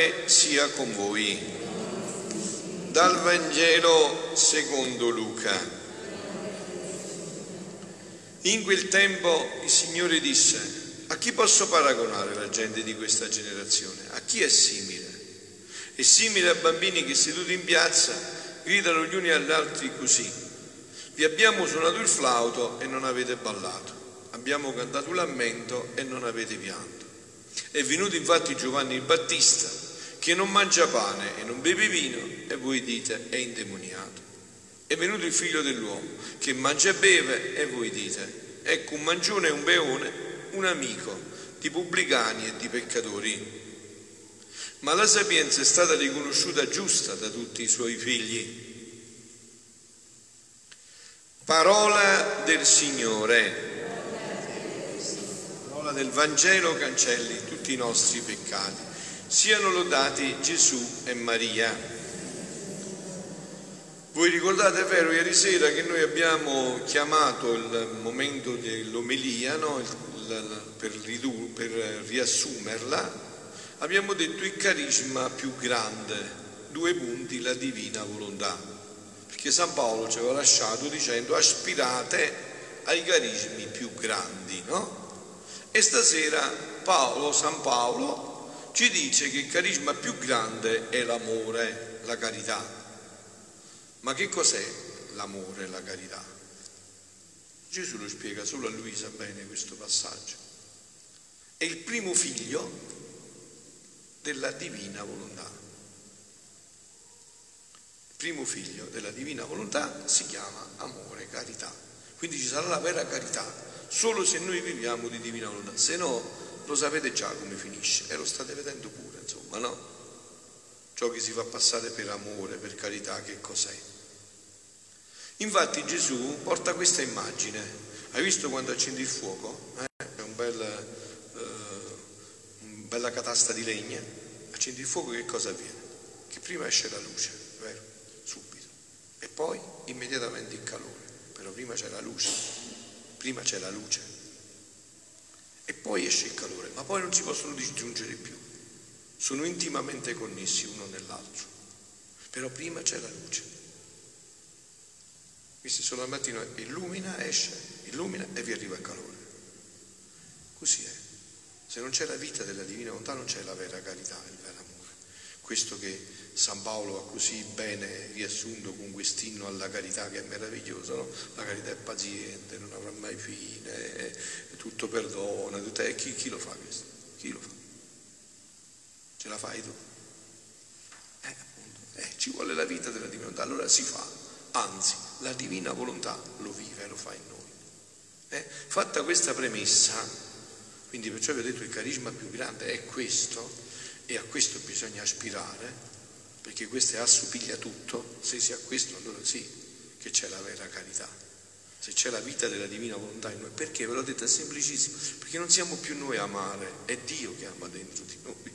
Signore sia con voi. Dal Vangelo secondo Luca. In quel tempo il Signore disse: a chi posso paragonare la gente di questa generazione? A chi è simile? È simile a bambini che seduti in piazza gridano gli uni agli altri così: vi abbiamo suonato il flauto e non avete ballato, abbiamo cantato un lamento e non avete pianto. È venuto infatti Giovanni il Battista, che non mangia pane e non beve vino, e voi dite è indemoniato. È venuto il Figlio dell'uomo, che mangia e beve, e voi dite ecco un mangione e un beone, un amico di pubblicani e di peccatori. Ma la sapienza è stata riconosciuta giusta da tutti i suoi figli. Parola del Signore. Parola del Vangelo cancelli tutti i nostri peccati. Siano lodati Gesù e Maria. Voi ricordate, è vero, ieri sera che noi abbiamo chiamato il momento dell'omelia, no? Per riassumerla, abbiamo detto il carisma più grande, 2 punti, la divina volontà. Perché San Paolo ci aveva lasciato dicendo aspirate ai carismi più grandi, no? E stasera San Paolo ci dice che il carisma più grande è l'amore, la carità. Ma che cos'è l'amore e la carità? Gesù lo spiega, solo a lui sa bene questo passaggio. È il primo figlio della divina volontà. Il primo figlio della divina volontà si chiama amore, carità. Quindi ci sarà la vera carità solo se noi viviamo di divina volontà, se no lo sapete già come finisce e lo state vedendo pure, insomma, no? Ciò che si fa passare per amore, per carità, che cos'è? Infatti Gesù porta questa immagine. Hai visto quando accendi il fuoco? È una bella catasta di legna. Accendi il fuoco, che cosa avviene? Che prima esce la luce, vero? Subito. E poi immediatamente il calore. Però prima c'è la luce. E poi esce il calore, ma poi non si possono disgiungere più. Sono intimamente connessi uno nell'altro. Però prima c'è la luce. Visto solo al mattino illumina, esce, illumina e vi arriva il calore. Così è. Se non c'è la vita della divina volontà non c'è la vera carità, il vero amore. Questo che San Paolo ha così bene riassunto con quest'inno alla carità, che è meraviglioso, no? La carità è paziente, non avrà mai fine, tutto perdona, chi lo fa questo? Chi lo fa? Ce la fai tu? Appunto, ci vuole la vita della divina volontà, allora si fa, anzi, la divina volontà lo vive e lo fa in noi. Fatta questa premessa, quindi perciò vi ho detto il carisma più grande è questo, e a questo bisogna aspirare, perché questo assopiglia tutto. Se si ha questo, allora sì che c'è la vera carità, se c'è la vita della divina volontà in noi. Perché? Ve l'ho detto, è semplicissimo, perché non siamo più noi a amare, è Dio che ama dentro di noi.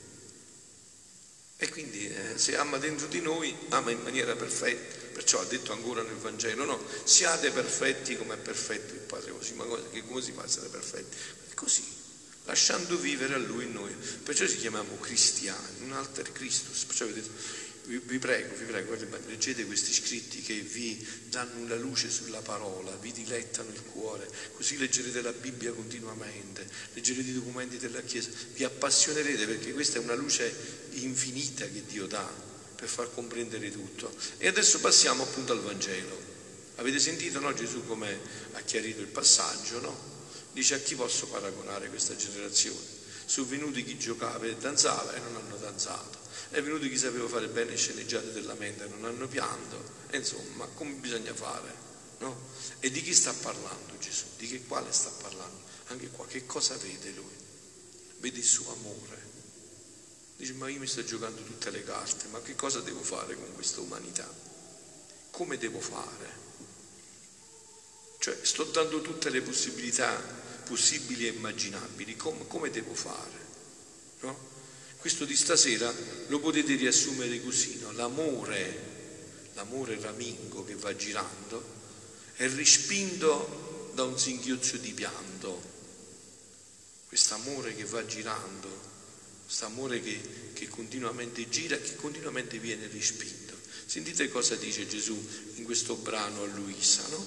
E quindi se ama dentro di noi, ama in maniera perfetta. Perciò ha detto ancora nel Vangelo, no? Siate perfetti come è perfetto il Padre vostro. Ma come si fa a essere perfetti? È così, lasciando vivere a Lui in noi. Perciò ci chiamiamo cristiani, un alter Christus. Perciò vi ho detto, vi prego, leggete questi scritti che vi danno la luce sulla parola, vi dilettano il cuore, così leggerete la Bibbia continuamente, leggerete i documenti della Chiesa, vi appassionerete, perché questa è una luce infinita che Dio dà per far comprendere tutto. E adesso passiamo appunto al Vangelo. Avete sentito, no? Gesù come ha chiarito il passaggio, no? Dice: a chi posso paragonare questa generazione? Sono venuti chi giocava e danzava e non hanno danzato. È venuto chi sapeva fare bene sceneggiate della mente e non hanno pianto. E insomma, come bisogna fare, no? E di chi sta parlando Gesù? Di che quale sta parlando? Anche qua, che cosa vede lui? Vede il suo amore. Dice: ma io mi sto giocando tutte le carte, ma che cosa devo fare con questa umanità? Come devo fare? Cioè, sto dando tutte le possibilità possibili e immaginabili, come devo fare? No? Questo di stasera lo potete riassumere così, no? L'amore ramingo che va girando è respinto da un singhiozzo di pianto. Quest'amore che va girando questo amore che continuamente gira, che continuamente viene respinto. Sentite cosa dice Gesù in questo brano a Luisa, no?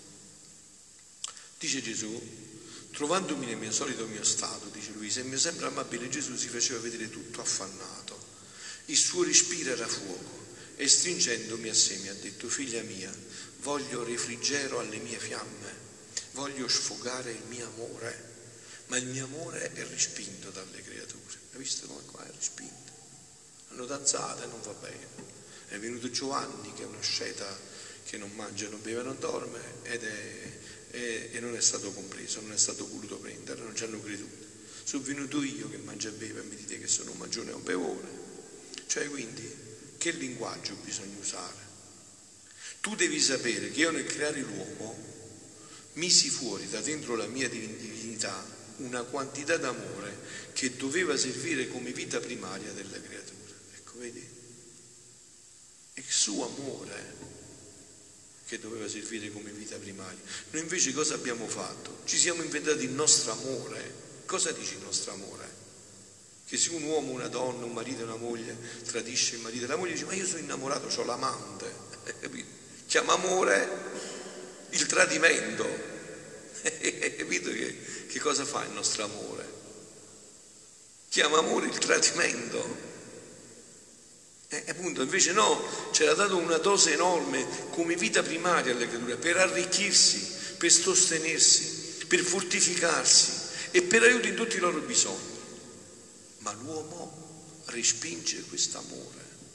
Dice Gesù: trovandomi nel mio solito mio stato, dice Luisa, il mio sempre amabile Gesù si faceva vedere tutto affannato. Il suo respiro era fuoco e stringendomi a sé mi ha detto: figlia mia, voglio refrigero alle mie fiamme, voglio sfogare il mio amore, ma il mio amore è respinto dalle creature. Hai visto come qua è respinto? Hanno danzato e non va bene. È venuto Giovanni, che è una sceta che non mangia, non beve, non dorme, e non è stato compreso, non è stato voluto prendere, non ci hanno creduto. Sono venuto io che mangia e beve e mi dite che sono un mangione e un bevone. Cioè, quindi, che linguaggio bisogna usare? Tu devi sapere che io nel creare l'uomo misi fuori da dentro la mia divinità una quantità d'amore che doveva servire come vita primaria delle creature. Ecco, vedi? È il suo amore che doveva servire come vita primaria. Noi invece cosa abbiamo fatto? Ci siamo inventati il nostro amore. Cosa dice il nostro amore? Che se un uomo, una donna, un marito e una moglie tradisce il marito e la moglie, dice: ma io sono innamorato, ho l'amante. Chiama amore il tradimento. Capito che cosa fa il nostro amore? Chiama amore il tradimento. Appunto, invece no, c'era dato una dose enorme come vita primaria alle creature, per arricchirsi, per sostenersi, per fortificarsi e per aiuto in tutti i loro bisogni. Ma l'uomo respinge quest'amore.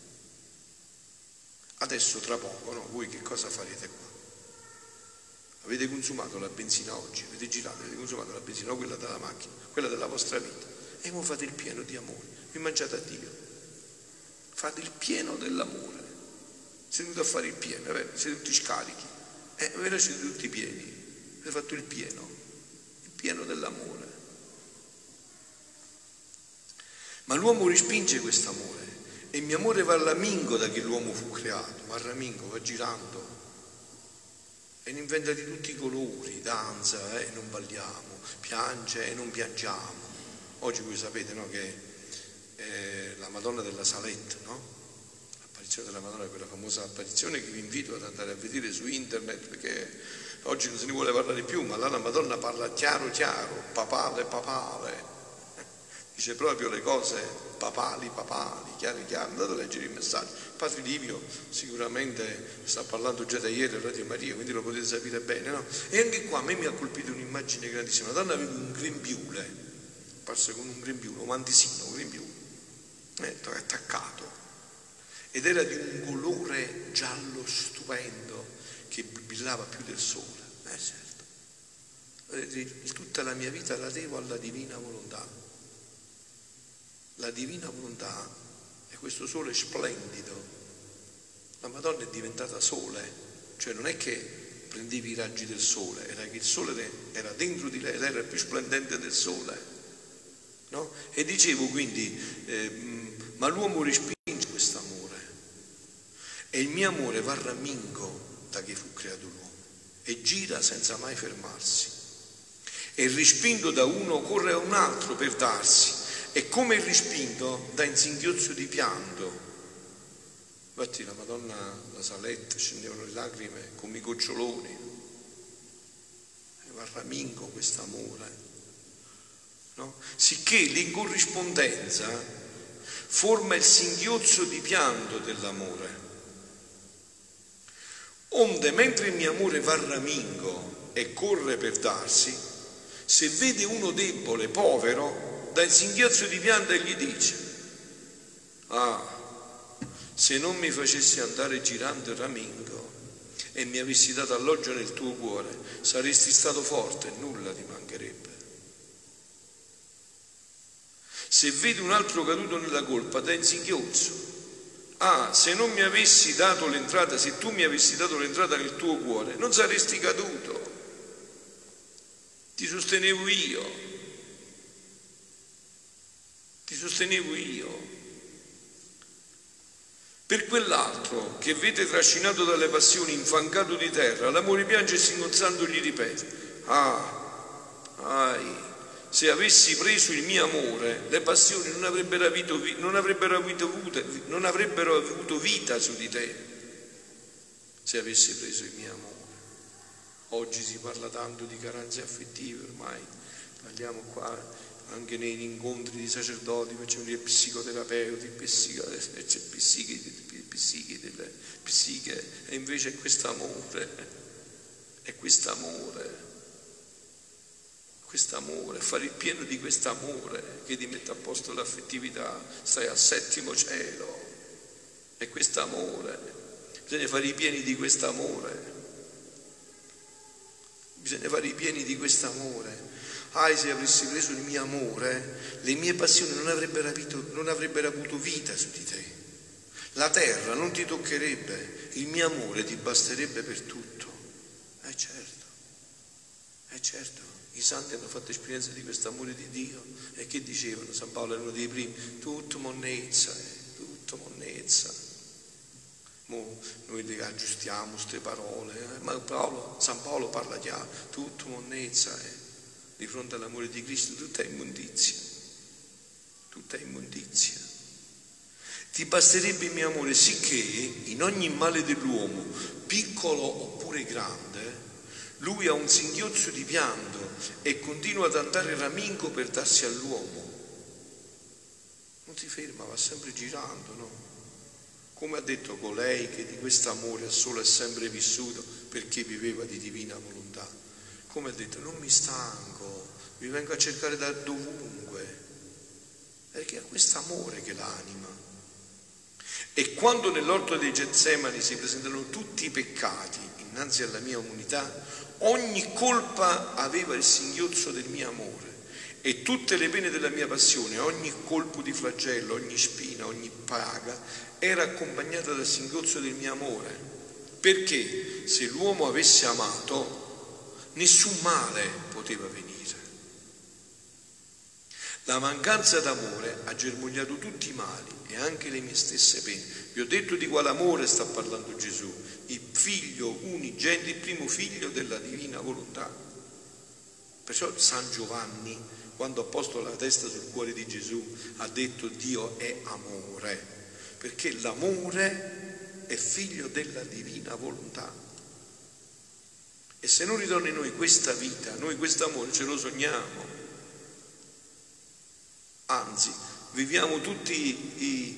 Adesso tra poco, no? Voi che cosa farete qua? Avete consumato la benzina oggi, avete girato, avete consumato la benzina, non quella della macchina, quella della vostra vita, e voi fate il pieno di amore, vi mangiate a Dio. Fate il pieno dell'amore. Siete venuti a fare il pieno, siete tutti scarichi. Voi siete tutti pieni. Avete fatto il pieno dell'amore. Ma l'uomo respinge quest'amore. E il mio amore va ramingo da che l'uomo fu creato. Va ramingo, va girando. E ne inventa di tutti i colori. Danza e non balliamo. Piange e non piangiamo. Oggi voi sapete, no, che la Madonna della Saletta, no? L'apparizione della Madonna, quella famosa apparizione che vi invito ad andare a vedere su internet, perché oggi non se ne vuole parlare più, ma là la Madonna parla chiaro, papale, dice proprio le cose papali, chiare, andate a leggere il messaggio. Padre Livio sicuramente sta parlando già da ieri a Radio Maria, quindi lo potete sapere bene, no? E anche qua a me mi ha colpito un'immagine grandissima. La donna aveva un grembiule, apparse con un grembiule, un mantisino, un grembiule, attaccato, ed era di un colore giallo stupendo che brillava più del sole. Certo, tutta la mia vita la devo alla divina volontà. La divina volontà è questo sole splendido. La Madonna è diventata sole, cioè non è che prendevi i raggi del sole, era che il sole era dentro di lei ed era più splendente del sole. No? E dicevo quindi, ma l'uomo respinge questo amore e il mio amore va ramingo da che fu creato l'uomo e gira senza mai fermarsi, e respinto da uno corre a un altro per darsi, e come il respinto dà in singhiozzo di pianto. Infatti la Madonna, la Saletta, scendevano le lacrime come i goccioloni, e va ramingo questo amore. No? Sicché l'incorrispondenza forma il singhiozzo di pianto dell'amore. Onde, mentre il mio amore va ramingo e corre per darsi, se vede uno debole, povero, dà il singhiozzo di pianto e gli dice: se non mi facessi andare girando ramingo e mi avessi dato alloggio nel tuo cuore, saresti stato forte e nulla ti mancherebbe. Se vedi un altro caduto nella colpa, dà in singhiozzo: se non mi avessi dato l'entrata, se tu mi avessi dato l'entrata nel tuo cuore, non saresti caduto, ti sostenevo io. Per quell'altro che vede trascinato dalle passioni, infangato di terra, l'amore piange e singhiozzando gli ripete: se avessi preso il mio amore, le passioni non avrebbero avuto vita su di te, se avessi preso il mio amore. Oggi si parla tanto di carenze affettive, ormai parliamo qua anche nei incontri di sacerdoti, facciamo dire psicoterapeuti, psiche, e invece è quest'amore, fare il pieno di quest'amore che ti mette a posto l'affettività, stai al 7° cielo, è quest'amore, bisogna fare i pieni di quest'amore. Se avessi preso il mio amore, le mie passioni non avrebbero avuto vita su di te. La terra non ti toccherebbe, il mio amore ti basterebbe per tutto. Certo, i santi hanno fatto esperienza di questo amore di Dio, e che dicevano? San Paolo era uno dei primi, tutto monnezza. Noi le aggiustiamo queste parole, ma San Paolo parla chiaro, tutto monnezza, di fronte all'amore di Cristo tutta immondizia. Ti basterebbe il mio amore, sicché in ogni male dell'uomo, piccolo oppure grande, lui ha un singhiozzo di pianto e continua ad andare ramingo per darsi all'uomo. Non si ferma, va sempre girando, no? Come ha detto colei che di questo amore solo è sempre vissuto perché viveva di divina volontà. Come ha detto, non mi stanco, vi vengo a cercare da dovunque, perché è questo amore che l'anima. E quando nell'orto dei Getsemani si presentano tutti i peccati innanzi alla mia umanità, ogni colpa aveva il singhiozzo del mio amore, e tutte le pene della mia passione, ogni colpo di flagello, ogni spina, ogni paga, era accompagnata dal singhiozzo del mio amore, perché se l'uomo avesse amato, nessun male poteva venire. La mancanza d'amore ha germogliato tutti i mali e anche le mie stesse pene. Vi ho detto di quale amore sta parlando Gesù, il figlio unigenito, il primo figlio della divina volontà. Perciò San Giovanni, quando ha posto la testa sul cuore di Gesù, ha detto Dio è amore, perché l'amore è figlio della divina volontà. E se non ritorna in noi questa vita, noi questo amore ce lo sogniamo. Anzi, viviamo tutti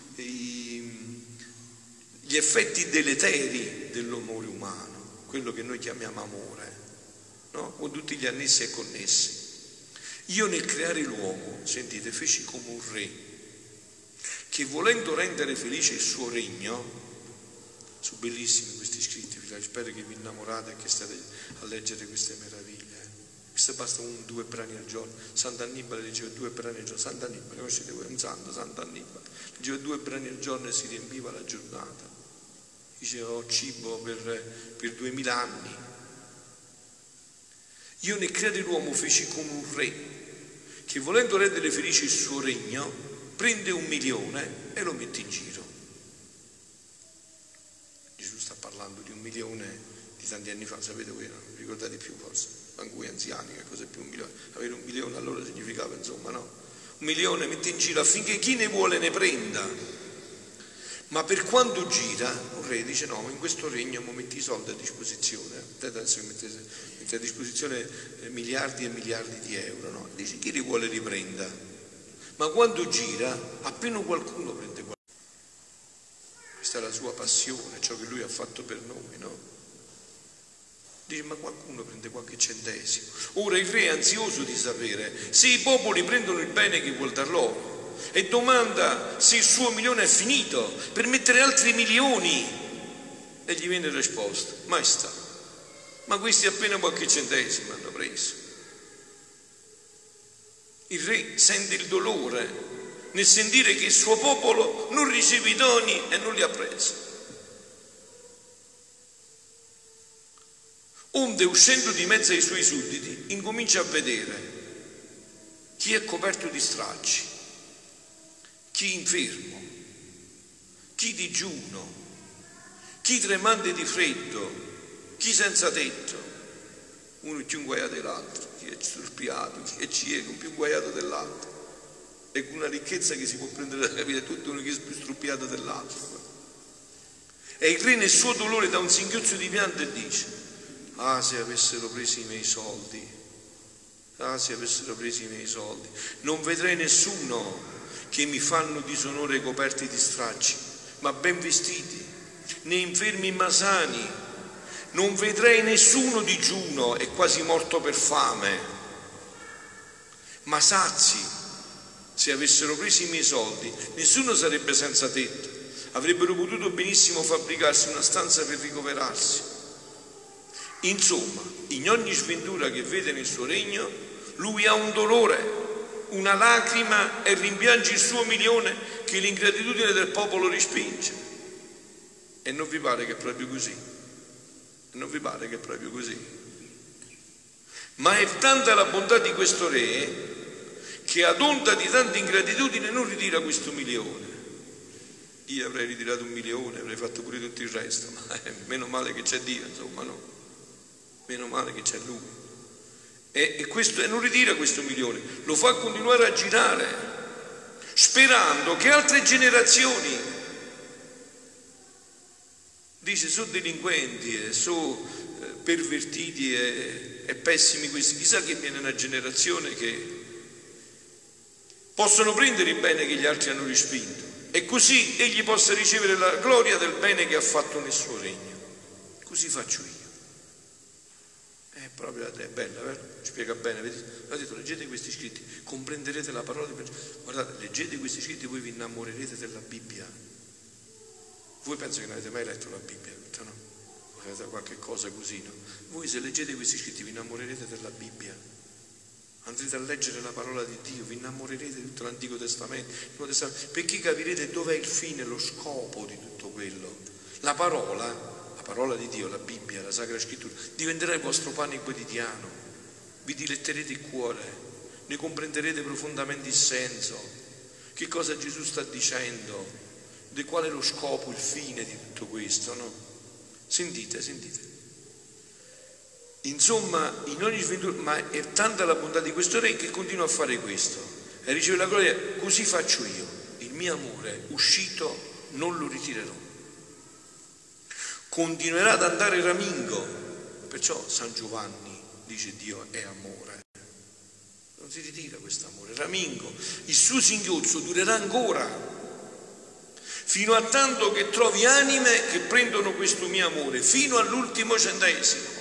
gli effetti deleteri dell'amore umano, quello che noi chiamiamo amore, no? Con tutti gli annessi e connessi. Io nel creare l'uomo, sentite, feci come un re, che volendo rendere felice il suo regno, sono bellissimi questi scritti, spero che vi innamorate e che state a leggere queste meraviglie. Questo basta 1-2 brani al giorno. Sant'Annibale leggeva 2 brani al giorno. Sant'Annibale, conoscete voi, un santo, Sant'Annibale, leggeva 2 brani al giorno e si riempiva la giornata. Diceva ho cibo per 2000 anni. Io nel creare l'uomo feci come un re, che volendo rendere felice il suo regno, prende 1 milione e lo mette in giro. Gesù sta parlando di 1 milione di tanti anni fa, sapete voi, non vi ricordate più forse? Anche voi anziani, che cos'è più 1 milione? Avere 1 milione allora significava, insomma, no? 1 milione mette in giro affinché chi ne vuole ne prenda. Ma per quando gira, un re dice no, in questo regno metti i soldi a disposizione, adesso mette a disposizione miliardi e miliardi di euro, no? Dice chi li vuole riprenda. Ma quando gira, appena qualcuno prende qualcosa. Questa è la sua passione, ciò che lui ha fatto per noi, no? Dice, ma qualcuno prende qualche centesimo. Ora il re è ansioso di sapere se i popoli prendono il bene che vuol dar loro e domanda se il suo milione è finito per mettere altri milioni. E gli viene risposta, maestà, ma questi appena qualche centesimo hanno preso. Il re sente il dolore nel sentire che il suo popolo non riceve i doni e non li ha presi. Onde, uscendo di mezzo ai suoi sudditi, incomincia a vedere chi è coperto di stracci, chi infermo, chi digiuno, chi tremante di freddo, chi senza tetto. uno più inguaiato dell'altro, chi è storpiato, chi è cieco, più inguaiato dell'altro. È una ricchezza che si può prendere da capire, tutto uno che è più struppiato dell'altro. E il re nel suo dolore dà un singhiozzo di pianto e dice: ah, se avessero preso i miei soldi, ah, se avessero preso i miei soldi, non vedrei nessuno che mi fanno disonore coperti di stracci, ma ben vestiti, né infermi ma sani. Non vedrei nessuno digiuno e quasi morto per fame, ma sazi. Se avessero preso i miei soldi, nessuno sarebbe senza tetto. Avrebbero potuto benissimo fabbricarsi una stanza per ricoverarsi. Insomma, in ogni sventura che vede nel suo regno, lui ha un dolore, una lacrima e rimpiange il suo milione che l'ingratitudine del popolo respinge. E non vi pare che è proprio così? Non vi pare che è proprio così? Ma è tanta la bontà di questo re che ad onta di tanta ingratitudine non ritira questo milione. Io avrei ritirato 1 milione, avrei fatto pure tutto il resto, ma meno male che c'è Dio, insomma, no? Meno male che c'è Lui. E non ritira questo milione, lo fa continuare a girare, sperando che altre generazioni, dice, sono delinquenti, sono pervertiti e pessimi questi, chissà che viene una generazione che possono prendere il bene che gli altri hanno respinto e così egli possa ricevere la gloria del bene che ha fatto nel suo regno. Così faccio io. È proprio è bella, vero? Spiega bene, vedete? Ha detto, leggete questi scritti, comprenderete la parola di... Guardate, leggete questi scritti e voi vi innamorerete della Bibbia. Voi penso che non avete mai letto la Bibbia, no? Avete qualche cosa così, no? Voi se leggete questi scritti vi innamorerete della Bibbia. Andrete a leggere la parola di Dio, vi innamorerete di tutto l'Antico Testamento, perché capirete dov'è il fine, lo scopo di tutto quello. La parola di Dio, la Bibbia, la Sacra Scrittura, diventerà il vostro pane quotidiano, vi diletterete il cuore, ne comprenderete profondamente il senso, che cosa Gesù sta dicendo, di qual è lo scopo, il fine di tutto questo, no? Sentite. Insomma, in ogni sventura, ma è tanta la bontà di questo re che continua a fare questo e riceve la gloria. Così faccio io, il mio amore uscito non lo ritirerò, continuerà ad andare ramingo. Perciò San Giovanni dice: Dio è amore, non si ritira questo amore, ramingo, il suo singhiozzo durerà ancora, fino a tanto che trovi anime che prendono questo mio amore fino all'ultimo centesimo,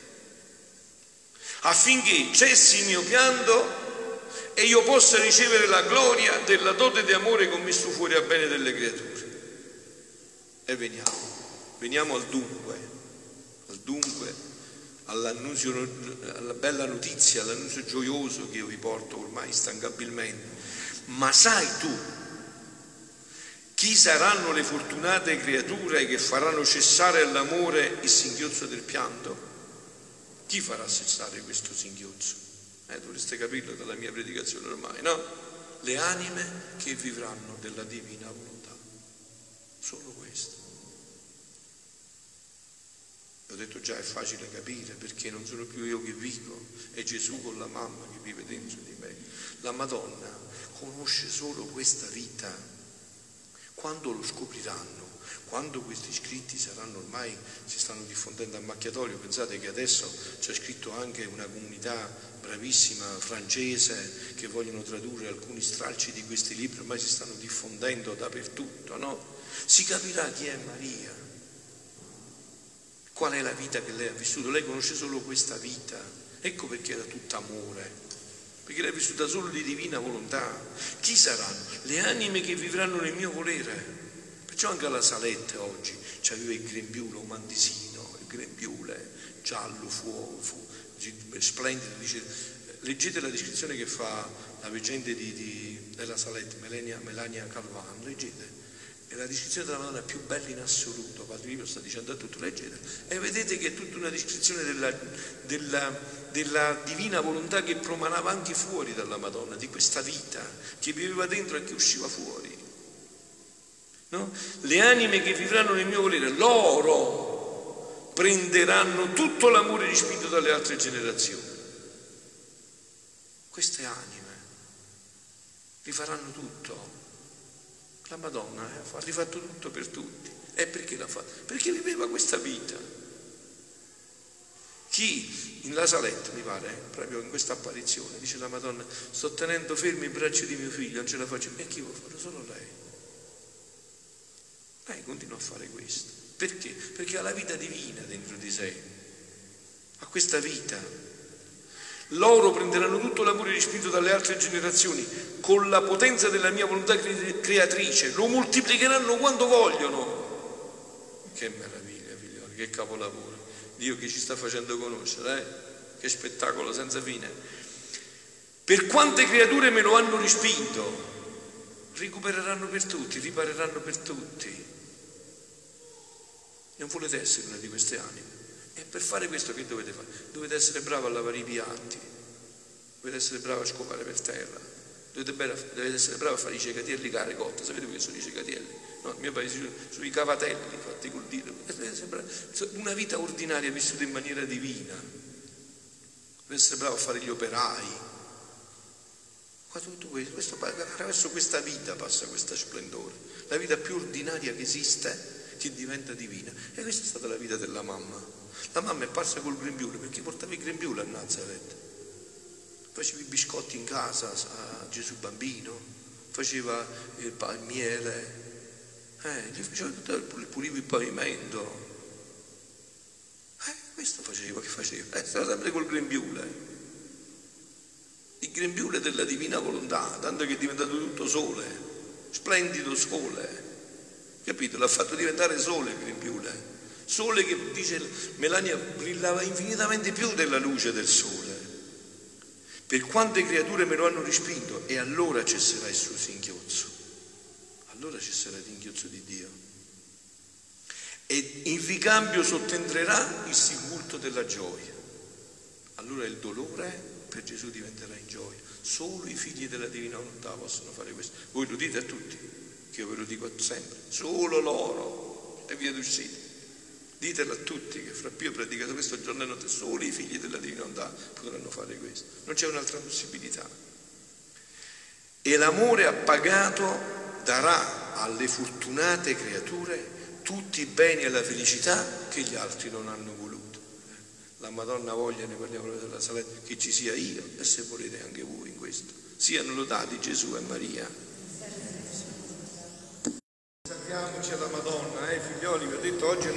affinché cessi il mio pianto e io possa ricevere la gloria della dote di amore commesso fuori a bene delle creature. E veniamo al dunque, all'annunzio, alla bella notizia, all'annunzio gioioso che io vi porto ormai instancabilmente. Ma sai tu chi saranno le fortunate creature che faranno cessare all'amore il singhiozzo del pianto? Chi farà cessare questo singhiozzo? Dovreste capirlo dalla mia predicazione ormai, no? Le anime che vivranno della divina volontà. Solo questo. Ho detto già, è facile capire, perché non sono più io che vivo, è Gesù con la mamma che vive dentro di me. La Madonna conosce solo questa vita. Quando lo scopriranno, quando questi scritti saranno ormai, si stanno diffondendo a macchiatoio, pensate che adesso c'è scritto anche una comunità bravissima francese che vogliono tradurre alcuni stralci di questi libri, ormai si stanno diffondendo dappertutto, no? Si capirà chi è Maria, qual è la vita che lei ha vissuto. Lei conosce solo questa vita, ecco perché era tutta amore, perché l'ha vissuta solo di divina volontà. Chi saranno? Le anime che vivranno nel mio volere. Perciò anche alla Salette oggi c'aveva il grembiule mandisino, il grembiule giallo, fuoco, splendido. Dice, leggete la descrizione che fa la veggente della Salette, Melania Calvan, leggete. È la descrizione della Madonna più bella in assoluto. Padre Livio sta dicendo a tutto, leggete. E vedete che è tutta una descrizione della divina volontà che promanava anche fuori dalla Madonna, di questa vita che viveva dentro e che usciva fuori. No? Le anime che vivranno nel mio volere, loro prenderanno tutto l'amore respinto dalle altre generazioni. Queste anime rifaranno tutto. La Madonna ha rifatto tutto per tutti. E perché l'ha fatto? Perché viveva questa vita. Chi in La Saletta, mi pare, proprio in questa apparizione, dice la Madonna: sto tenendo fermi i bracci di mio figlio, non ce la faccio. E chi vuole farlo? Solo lei. Lei continua a fare questo. Perché? Perché ha la vita divina dentro di sé. Ha questa vita. Loro prenderanno tutto l'amore respinto dalle altre generazioni con la potenza della mia volontà creatrice, lo moltiplicheranno quando vogliono. Che meraviglia, figlioli, che capolavoro. Dio che ci sta facendo conoscere, che spettacolo senza fine. Per quante creature me lo hanno respinto, recupereranno per tutti, ripareranno per tutti. Non volete essere una di queste anime. E per fare questo che dovete fare? Dovete essere bravi a lavare i piatti, dovete essere bravi a scovare per terra, dovete essere bravi a fare i cecatielli care cotte. Sapete che sono i cecatielli? No, nel mio paese sono i cavatelli fatti col dito. Una vita ordinaria vissuta in maniera divina. Dovete essere bravi a fare gli operai. Qua tutto questo, attraverso questa vita passa questo splendore. La vita più ordinaria che esiste, che diventa divina. E questa è stata la vita della mamma. La mamma è parsa col grembiule perché portava il grembiule a Nazareth, faceva i biscotti in casa a Gesù bambino, faceva il miele, gli faceva tutto, puliva il pavimento, questo faceva, che faceva? Stava sempre col grembiule, il grembiule della divina volontà, tanto che è diventato tutto sole, splendido sole, capito? L'ha fatto diventare sole il grembiule. Sole che, dice Melania, brillava infinitamente più della luce del sole. Per quante creature me lo hanno respinto, e allora cesserà il suo singhiozzo. Allora cesserà il singhiozzo di Dio. E in ricambio sottenderà il sigulto della gioia. Allora il dolore per Gesù diventerà in gioia. Solo i figli della divina volontà possono fare questo. Voi lo dite a tutti, che io ve lo dico sempre. Solo loro è via d'uscita. Ditelo a tutti che fra più ho predicato questo giorno e notte, solo i figli della divinità potranno fare questo, non c'è un'altra possibilità. E l'amore appagato darà alle fortunate creature tutti i beni e la felicità che gli altri non hanno voluto. La Madonna voglia, ne parliamo della Saletta, che ci sia io, e se volete anche voi in questo. Siano lodati Gesù e Maria.